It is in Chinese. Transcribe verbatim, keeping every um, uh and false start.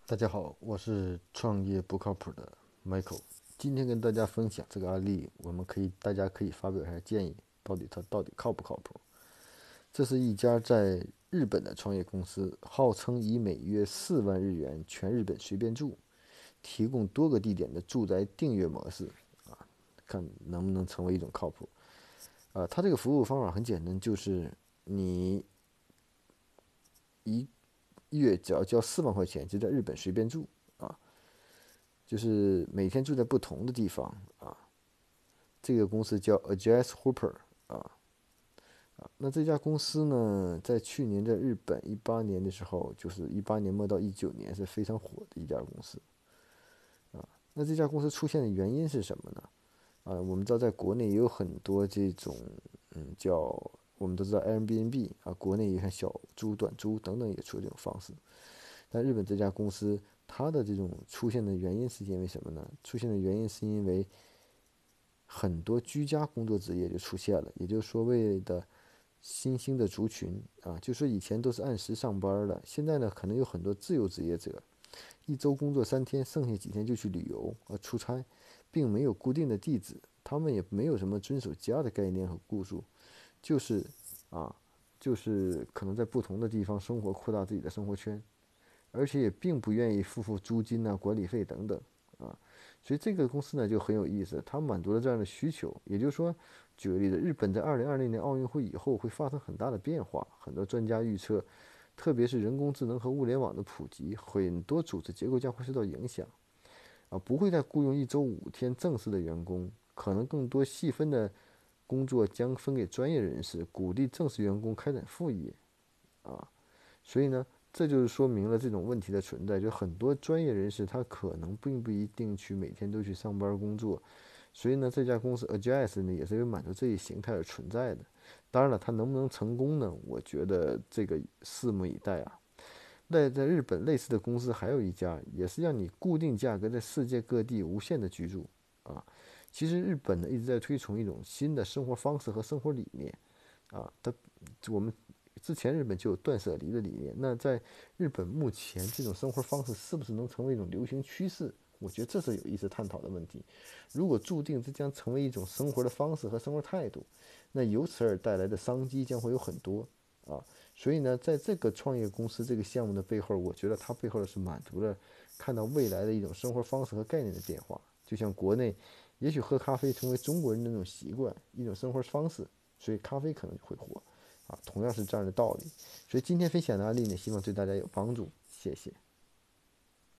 大家好，我是创业不靠谱的 Michael。今天跟大家分享这个案例，我们可以大家可以发表一下建议，到底它到底靠不靠谱？这是一家在日本的创业公司，号称以每月四万日元全日本随便住，提供多个地点的住宅订阅模式啊，看能不能成为一种靠谱。啊，它这个服务方法很简单，就是你一月只要交四万块钱，就在日本随便住啊。就是每天住在不同的地方啊。这个公司叫 Address Hopper 啊啊。那这家公司呢，在去年在日本一八年的时候，就是一八年末到一九年是非常火的一家公司啊。那这家公司出现的原因是什么呢？啊，我们知道在国内也有很多这种嗯叫我们都知道 Airbnb 啊，国内也像小猪、短租等等也出这种方式。但日本这家公司它的这种出现的原因是因为什么呢？出现的原因是因为很多居家工作职业就出现了，也就是所谓的新兴的族群啊，就说以前都是按时上班的，现在呢可能有很多自由职业者，一周工作三天，剩下几天就去旅游啊出差，并没有固定的地址，他们也没有什么遵守家的概念和雇主，就是啊，就是可能在不同的地方生活，扩大自己的生活圈。而且也并不愿意付付租金呐、管理费等等啊。所以这个公司呢就很有意思，它满足了这样的需求。也就是说，举个例子，日本在二零二零年奥运会以后会发生很大的变化，很多专家预测，特别是人工智能和物联网的普及，很多组织结构将会受到影响啊，不会再雇佣一周五天正式的员工，可能更多细分的工作将分给专业人士，鼓励正式员工开展副业啊。所以呢，这就是说明了这种问题的存在，就很多专业人士他可能并不一定去每天都去上班工作，所以呢，这家公司 Adjust 呢也是为满足这一形态而存在的。当然了，它能不能成功呢？我觉得这个拭目以待啊。那在日本类似的公司还有一家，也是让你固定价格在世界各地无限的居住啊。其实日本呢一直在推崇一种新的生活方式和生活理念啊，它我们之前日本就有断舍离的理念，那在日本目前这种生活方式是不是能成为一种流行趋势？我觉得这是有意思探讨的问题。如果注定这将成为一种生活的方式和生活态度，那由此而带来的商机将会有很多啊。所以呢，在这个创业公司这个项目的背后，我觉得它背后是满足了看到未来的一种生活方式和概念的变化。就像国内，也许喝咖啡成为中国人的那种习惯，一种生活方式，所以咖啡可能会火。啊，同样是这样的道理。所以今天分享的案例呢，希望对大家有帮助，谢谢。